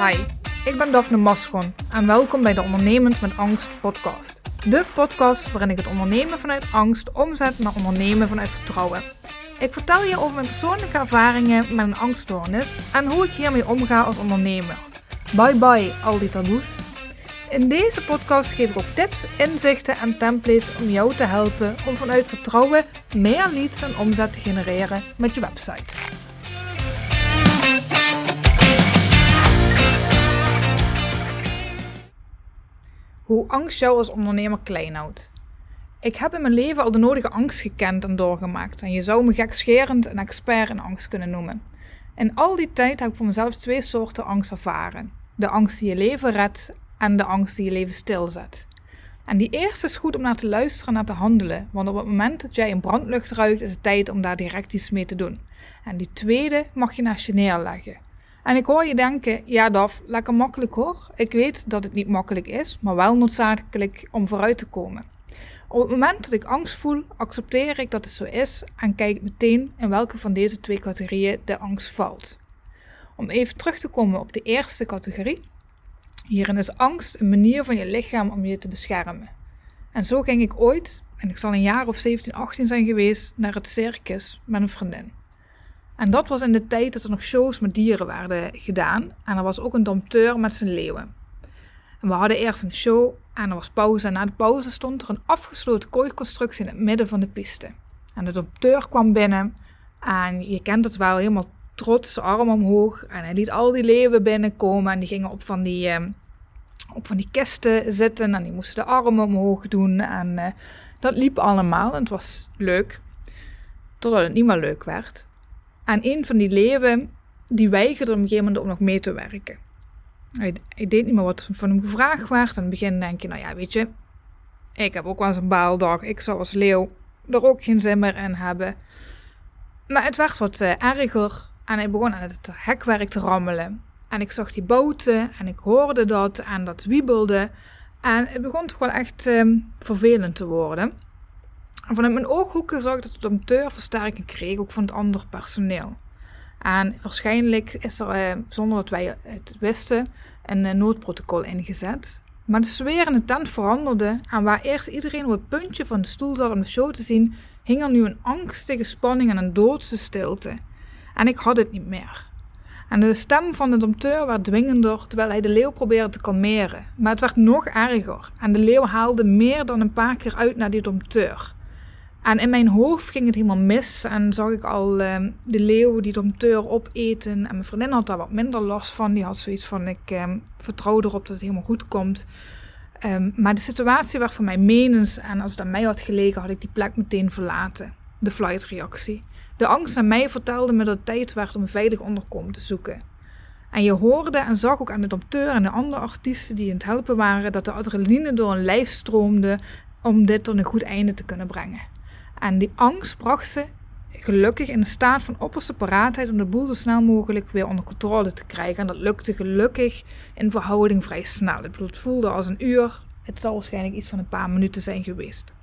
Hi, ik ben Daphne Maschon en welkom bij de Ondernemend met Angst podcast. De podcast waarin ik het ondernemen vanuit angst omzet naar ondernemen vanuit vertrouwen. Ik vertel je over mijn persoonlijke ervaringen met een angststoornis en hoe ik hiermee omga als ondernemer. Bye bye al die taboes. In deze podcast geef ik ook tips, inzichten en templates om jou te helpen om vanuit vertrouwen meer leads en omzet te genereren met je website. Hoe angst jou als ondernemer klein houdt. Ik heb in mijn leven al de nodige angst gekend en doorgemaakt en je zou me gekscherend een expert in angst kunnen noemen. In al die tijd heb ik voor mezelf 2 soorten angst ervaren. De angst die je leven redt en de angst die je leven stilzet. En die eerste is goed om naar te luisteren en naar te handelen, want op het moment dat jij een brandlucht ruikt is het tijd om daar direct iets mee te doen. En die tweede mag je naast je neerleggen. En ik hoor je denken, ja Daf, lekker makkelijk hoor. Ik weet dat het niet makkelijk is, maar wel noodzakelijk om vooruit te komen. Op het moment dat ik angst voel, accepteer ik dat het zo is en kijk meteen in welke van deze 2 categorieën de angst valt. Om even terug te komen op de eerste categorie. Hierin is angst een manier van je lichaam om je te beschermen. En zo ging ik ooit, en ik zal een jaar of 17, 18 zijn geweest, naar het circus met een vriendin. En dat was in de tijd dat er nog shows met dieren werden gedaan. En er was ook een dompteur met zijn leeuwen. En we hadden eerst een show en er was pauze. En na de pauze stond er een afgesloten kooiconstructie in het midden van de piste. En de dompteur kwam binnen en je kent het wel, helemaal trots, arm omhoog. En hij liet al die leeuwen binnenkomen en die gingen op van die kisten zitten. En die moesten de armen omhoog doen en dat liep allemaal. En het was leuk, totdat het niet meer leuk werd. En een van die leeuwen, die weigerde op een gegeven moment om nog mee te werken. Hij deed niet meer wat van hem gevraagd werd. En in het begin denk je, nou ja, weet je, ik heb ook wel eens een baaldag. Ik zou als leeuw er ook geen zin meer in hebben. Maar het werd wat erger en hij begon aan het hekwerk te rammelen. En ik zag die bouten en ik hoorde dat en dat wiebelde. En het begon toch wel echt vervelend te worden. En vanuit mijn ooghoeken zag ik dat de dompteur versterking kreeg, ook van het andere personeel. En waarschijnlijk is er, zonder dat wij het wisten, een noodprotocol ingezet. Maar de sfeer in de tent veranderde en waar eerst iedereen op het puntje van de stoel zat om de show te zien, hing er nu een angstige spanning en een doodse stilte. En ik had het niet meer. En de stem van de dompteur werd dwingender terwijl hij de leeuw probeerde te kalmeren. Maar het werd nog erger en de leeuw haalde meer dan een paar keer uit naar die dompteur. En in mijn hoofd ging het helemaal mis en zag ik al de leeuw die dompteur opeten. En mijn vriendin had daar wat minder last van. Die had zoiets van, ik vertrouw erop dat het helemaal goed komt. Maar de situatie werd voor mij menens en als het aan mij had gelegen had ik die plek meteen verlaten. De flight reactie. De angst aan mij vertelde me dat het tijd werd om een veilig onderkomen te zoeken. En je hoorde en zag ook aan de dompteur en de andere artiesten die in het helpen waren dat de adrenaline door hun lijf stroomde om dit tot een goed einde te kunnen brengen. En die angst bracht ze gelukkig in een staat van opperste paraatheid om de boel zo snel mogelijk weer onder controle te krijgen. En dat lukte gelukkig in verhouding vrij snel. Ik bedoel, het voelde als een uur. Het zal waarschijnlijk iets van een paar minuten zijn geweest.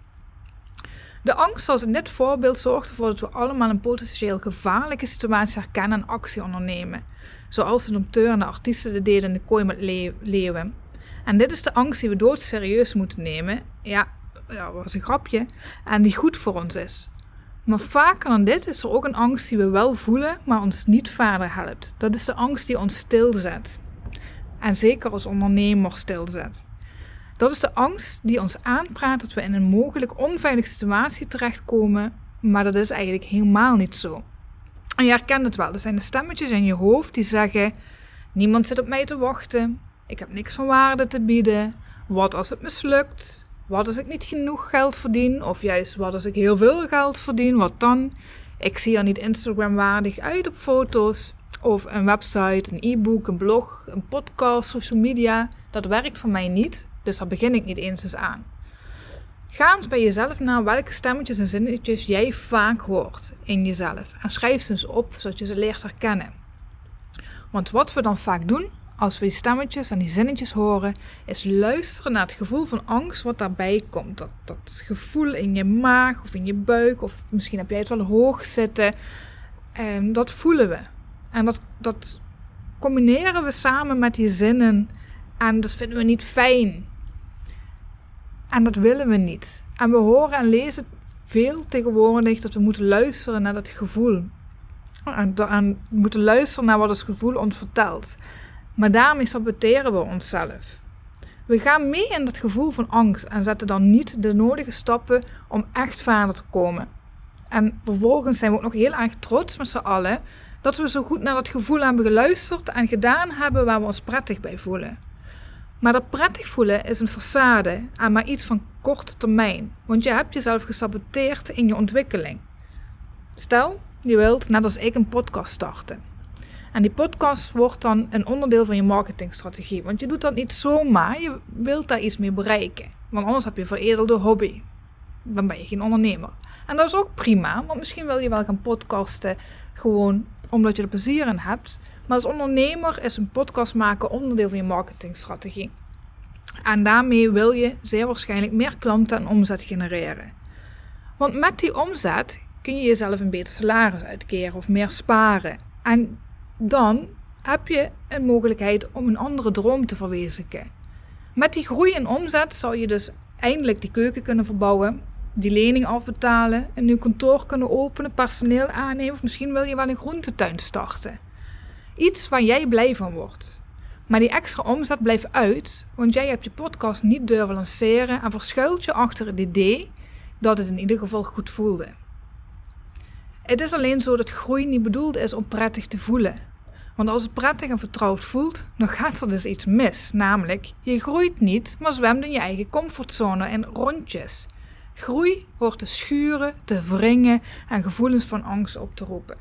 De angst zoals in dit voorbeeld zorgt ervoor dat we allemaal een potentieel gevaarlijke situatie herkennen en actie ondernemen. Zoals de dompteur en de artiesten dit deden in de kooi met leeuwen. En dit is de angst die we doodserieus moeten nemen. Ja, dat was een grapje. En die goed voor ons is. Maar vaker dan dit is er ook een angst die we wel voelen, maar ons niet verder helpt. Dat is de angst die ons stilzet. En zeker als ondernemer stilzet. Dat is de angst die ons aanpraat dat we in een mogelijk onveilige situatie terechtkomen, maar dat is eigenlijk helemaal niet zo. En je herkent het wel, er zijn de stemmetjes in je hoofd die zeggen, niemand zit op mij te wachten, ik heb niks van waarde te bieden, wat als het mislukt? Wat als ik niet genoeg geld verdien? Of juist, wat als ik heel veel geld verdien? Wat dan? Ik zie er niet Instagram-waardig uit op foto's. Of een website, een e-book, een blog, een podcast, social media. Dat werkt voor mij niet, dus daar begin ik niet eens aan. Ga eens bij jezelf naar welke stemmetjes en zinnetjes jij vaak hoort in jezelf. En schrijf ze eens op, zodat je ze leert herkennen. Want wat we dan vaak doen, als we die stemmetjes en die zinnetjes horen, is luisteren naar het gevoel van angst wat daarbij komt. Dat gevoel in je maag of in je buik, of misschien heb jij het wel hoog zitten. Dat voelen we. En dat combineren we samen met die zinnen en dat vinden we niet fijn. En dat willen we niet. En we horen en lezen veel tegenwoordig dat we moeten luisteren naar dat gevoel. En we moeten luisteren naar wat het gevoel ons vertelt. Maar daarmee saboteren we onszelf. We gaan mee in dat gevoel van angst en zetten dan niet de nodige stappen om echt verder te komen. En vervolgens zijn we ook nog heel erg trots met z'n allen dat we zo goed naar dat gevoel hebben geluisterd en gedaan hebben waar we ons prettig bij voelen. Maar dat prettig voelen is een façade en maar iets van korte termijn, want je hebt jezelf gesaboteerd in je ontwikkeling. Stel, je wilt, net als ik, een podcast starten. En die podcast wordt dan een onderdeel van je marketingstrategie, want je doet dat niet zomaar, je wilt daar iets mee bereiken. Want anders heb je een veredelde hobby. Dan ben je geen ondernemer. En dat is ook prima, want misschien wil je wel gaan podcasten gewoon omdat je er plezier in hebt. Maar als ondernemer is een podcast maken onderdeel van je marketingstrategie. En daarmee wil je zeer waarschijnlijk meer klanten en omzet genereren. Want met die omzet kun je jezelf een beter salaris uitkeren of meer sparen. En dan heb je een mogelijkheid om een andere droom te verwezenlijken. Met die groei in omzet zou je dus eindelijk die keuken kunnen verbouwen, die lening afbetalen, een nieuw kantoor kunnen openen, personeel aannemen of misschien wil je wel een groentetuin starten. Iets waar jij blij van wordt. Maar die extra omzet blijft uit, want jij hebt je podcast niet durven lanceren en verschuilt je achter het idee dat het in ieder geval goed voelde. Het is alleen zo dat groei niet bedoeld is om prettig te voelen. Want als het prettig en vertrouwd voelt, dan gaat er dus iets mis. Namelijk, je groeit niet, maar zwemt in je eigen comfortzone in rondjes. Groei hoort te schuren, te wringen en gevoelens van angst op te roepen.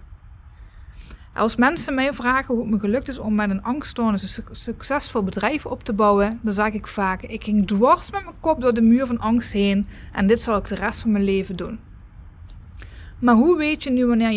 Als mensen mij vragen hoe het me gelukt is om met een angststoornis een succesvol bedrijf op te bouwen, dan zeg ik vaak, ik ging dwars met mijn kop door de muur van angst heen en dit zal ik de rest van mijn leven doen. Maar hoe weet je nu wanneer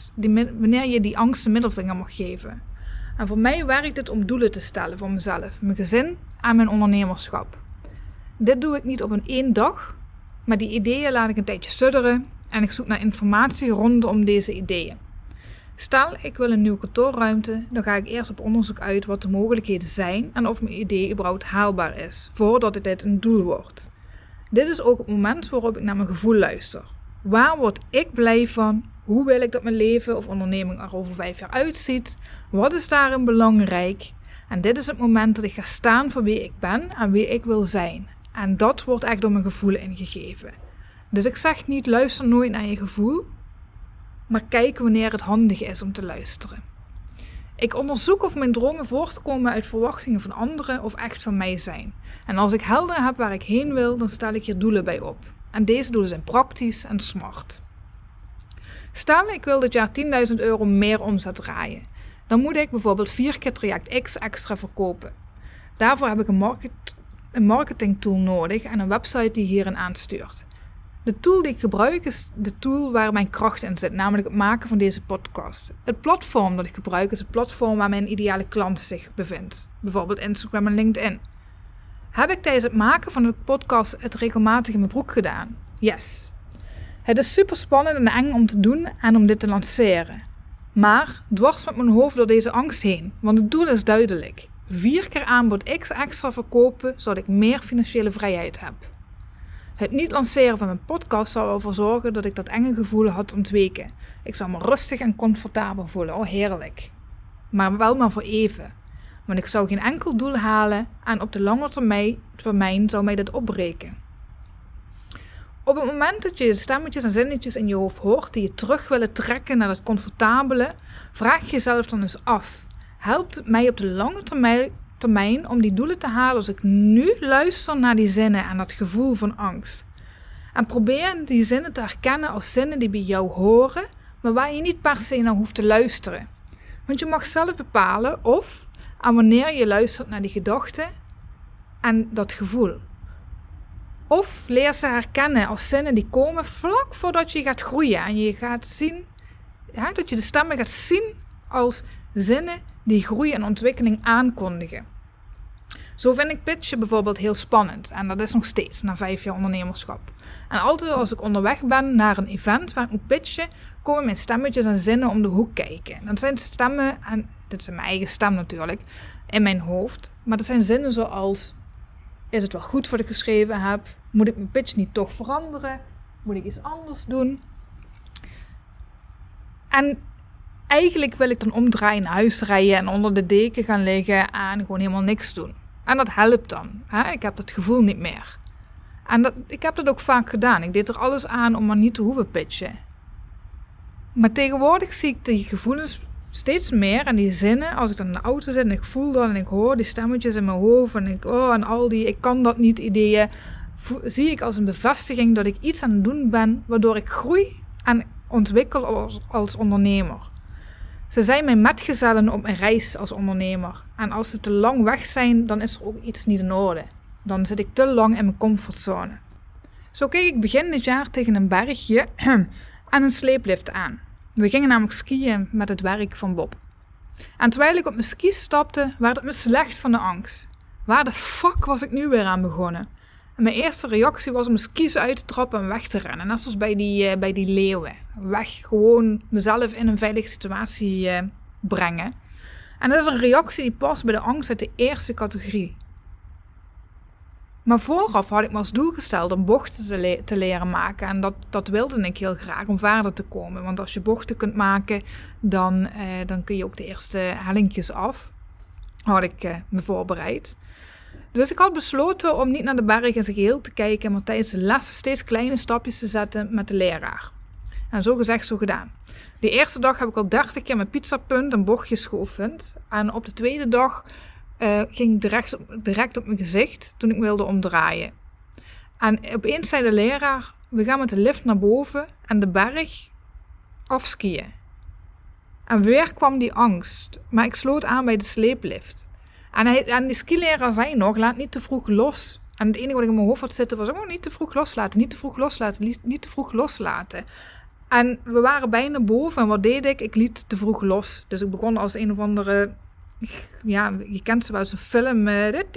je die angst de middelvinger mag geven? En voor mij werkt het om doelen te stellen voor mezelf, mijn gezin en mijn ondernemerschap. Dit doe ik niet op een één dag, maar die ideeën laat ik een tijdje sudderen en ik zoek naar informatie rondom deze ideeën. Stel, ik wil een nieuwe kantoorruimte, dan ga ik eerst op onderzoek uit wat de mogelijkheden zijn en of mijn idee überhaupt haalbaar is, voordat dit een doel wordt. Dit is ook het moment waarop ik naar mijn gevoel luister. Waar word ik blij van? Hoe wil ik dat mijn leven of onderneming er over 5 jaar uitziet? Wat is daarin belangrijk? En dit is het moment dat ik ga staan voor wie ik ben en wie ik wil zijn. En dat wordt echt door mijn gevoelen ingegeven. Dus ik zeg niet luister nooit naar je gevoel, maar kijk wanneer het handig is om te luisteren. Ik onderzoek of mijn dromen voortkomen uit verwachtingen van anderen of echt van mij zijn. En als ik helder heb waar ik heen wil, dan stel ik hier doelen bij op. En deze doelen zijn praktisch en smart. Stel, ik wil dit jaar €10.000 meer omzet draaien. Dan moet ik bijvoorbeeld 4 keer traject X extra verkopen. Daarvoor heb ik een marketingtool nodig en een website die hierin aanstuurt. De tool die ik gebruik is de tool waar mijn kracht in zit, namelijk het maken van deze podcast. Het platform dat ik gebruik is het platform waar mijn ideale klant zich bevindt. Bijvoorbeeld Instagram en LinkedIn. Heb ik tijdens het maken van de podcast het regelmatig in mijn broek gedaan? Yes. Het is super spannend en eng om te doen en om dit te lanceren. Maar dwars met mijn hoofd door deze angst heen, want het doel is duidelijk. 4 keer aanbod X extra verkopen, zodat ik meer financiële vrijheid heb. Het niet lanceren van mijn podcast zou ervoor zorgen dat ik dat enge gevoel had ontweken. Ik zou me rustig en comfortabel voelen, oh heerlijk. Maar wel maar voor even. Want ik zou geen enkel doel halen en op de lange termijn zou mij dit opbreken. Op het moment dat je de stemmetjes en zinnetjes in je hoofd hoort die je terug willen trekken naar het comfortabele, vraag je jezelf dan eens af. Helpt het mij op de lange termijn om die doelen te halen als ik nu luister naar die zinnen en dat gevoel van angst? En probeer die zinnen te herkennen als zinnen die bij jou horen, maar waar je niet per se naar hoeft te luisteren. Want je mag zelf bepalen of en wanneer je luistert naar die gedachten en dat gevoel. Of leer ze herkennen als zinnen die komen vlak voordat je gaat groeien. En je gaat zien, dat je de stemmen gaat zien als zinnen die groei en ontwikkeling aankondigen. Zo vind ik pitchen bijvoorbeeld heel spannend. En dat is nog steeds na 5 jaar ondernemerschap. En altijd als ik onderweg ben naar een event waar ik moet pitchen, komen mijn stemmetjes en zinnen om de hoek kijken. Dat zijn stemmen dit is in mijn eigen stem natuurlijk, in mijn hoofd. Maar dat zijn zinnen zoals, is het wel goed wat ik geschreven heb? Moet ik mijn pitch niet toch veranderen? Moet ik iets anders doen? En eigenlijk wil ik dan omdraaien, naar huis rijden en onder de deken gaan liggen en gewoon helemaal niks doen. En dat helpt dan. Hè? Ik heb dat gevoel niet meer. En ik heb dat ook vaak gedaan. Ik deed er alles aan om maar niet te hoeven pitchen. Maar tegenwoordig zie ik die gevoelens steeds meer en die zinnen, als ik dan in de auto zit en ik voel dat en ik hoor die stemmetjes in mijn hoofd en al die ik kan dat niet ideeën, zie ik als een bevestiging dat ik iets aan het doen ben waardoor ik groei en ontwikkel als ondernemer. Ze zijn mijn metgezellen op mijn reis als ondernemer. En als ze te lang weg zijn, dan is er ook iets niet in orde. Dan zit ik te lang in mijn comfortzone. Zo keek ik begin dit jaar tegen een bergje en een sleeplift aan. We gingen namelijk skiën met het werk van Bob. En terwijl ik op mijn skis stapte, werd het me slecht van de angst. Waar de fuck was ik nu weer aan begonnen? En mijn eerste reactie was om mijn skis uit te trappen en weg te rennen. Net zoals bij die leeuwen. Weg, gewoon mezelf in een veilige situatie brengen. En dat is een reactie die past bij de angst uit de eerste categorie. Maar vooraf had ik me als doel gesteld om bochten te leren maken. En dat wilde ik heel graag, om verder te komen. Want als je bochten kunt maken, dan kun je ook de eerste hellingjes af. Had ik me voorbereid. Dus ik had besloten om niet naar de berg in zijn geheel te kijken, maar tijdens de lessen steeds kleine stapjes te zetten met de leraar. En zo gezegd, zo gedaan. De eerste dag heb ik al 30 keer met pizzapunt en bochtjes geoefend. En op de tweede dag ging ik direct op mijn gezicht toen ik me wilde omdraaien. En opeens zei de leraar, we gaan met de lift naar boven en de berg afskiën. En weer kwam die angst, maar ik sloot aan bij de sleeplift. En die skileraar zei nog, laat niet te vroeg los. En het enige wat ik in mijn hoofd had zitten was, niet te vroeg loslaten, niet te vroeg loslaten, niet te vroeg loslaten. En we waren bijna boven en wat deed ik? Ik liet te vroeg los. Dus ik begon als een of andere, ja, je kent ze wel eens een film.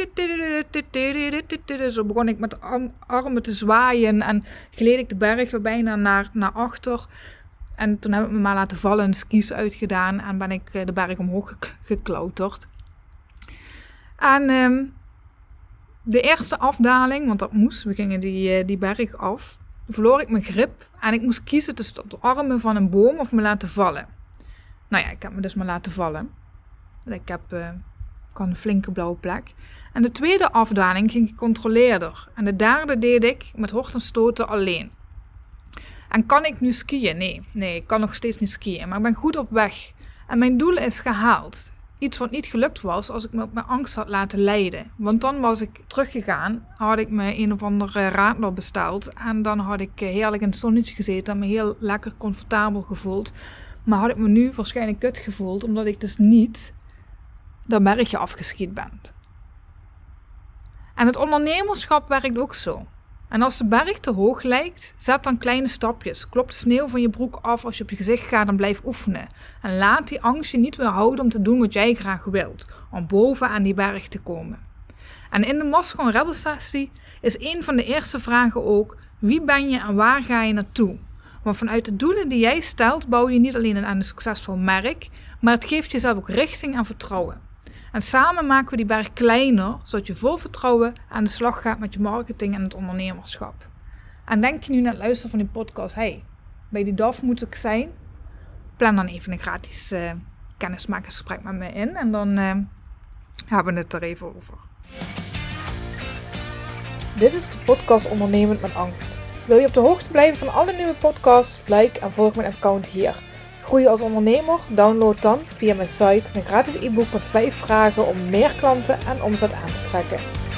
Zo begon ik met de armen te zwaaien en gleed ik de berg weer bijna naar achter. En toen heb ik me maar laten vallen en skis uitgedaan en ben ik de berg omhoog geklauterd. En de eerste afdaling, want dat moest, we gingen die berg af, verloor ik mijn grip en ik moest kiezen tussen de armen van een boom of me laten vallen. Nou ja, ik heb me dus maar laten vallen. Ik had een flinke blauwe plek. En de tweede afdaling ging gecontroleerder. En de derde deed ik met horten en stoten alleen. En kan ik nu skiën? Nee, ik kan nog steeds niet skiën, maar ik ben goed op weg. En mijn doel is gehaald. Iets wat niet gelukt was als ik me op mijn angst had laten leiden. Want dan was ik teruggegaan, had ik me een of andere radler besteld. En dan had ik heerlijk in het zonnetje gezeten en me heel lekker comfortabel gevoeld. Maar had ik me nu waarschijnlijk kut gevoeld, omdat ik dus niet dat bergje afgeschiet ben. En het ondernemerschap werkt ook zo. En als de berg te hoog lijkt, zet dan kleine stapjes. Klop de sneeuw van je broek af als je op je gezicht gaat en blijf oefenen. En laat die angst je niet weerhouden om te doen wat jij graag wilt. Om boven aan die berg te komen. En in de Mastron Rebel Sessie is een van de eerste vragen ook, wie ben je en waar ga je naartoe? Want vanuit de doelen die jij stelt, bouw je niet alleen aan een succesvol merk, maar het geeft jezelf ook richting en vertrouwen. En samen maken we die berg kleiner, zodat je vol vertrouwen aan de slag gaat met je marketing en het ondernemerschap. En denk je nu naar het luisteren van die podcast, bij die DAF moet ik zijn? Plan dan even een gratis kennismakingsgesprek met me in en dan hebben we het er even over. Dit is de podcast Ondernemend met Angst. Wil je op de hoogte blijven van alle nieuwe podcasts? Like en volg mijn account hier. Groei als ondernemer? Download dan via mijn site mijn gratis e-book met 5 vragen om meer klanten en omzet aan te trekken.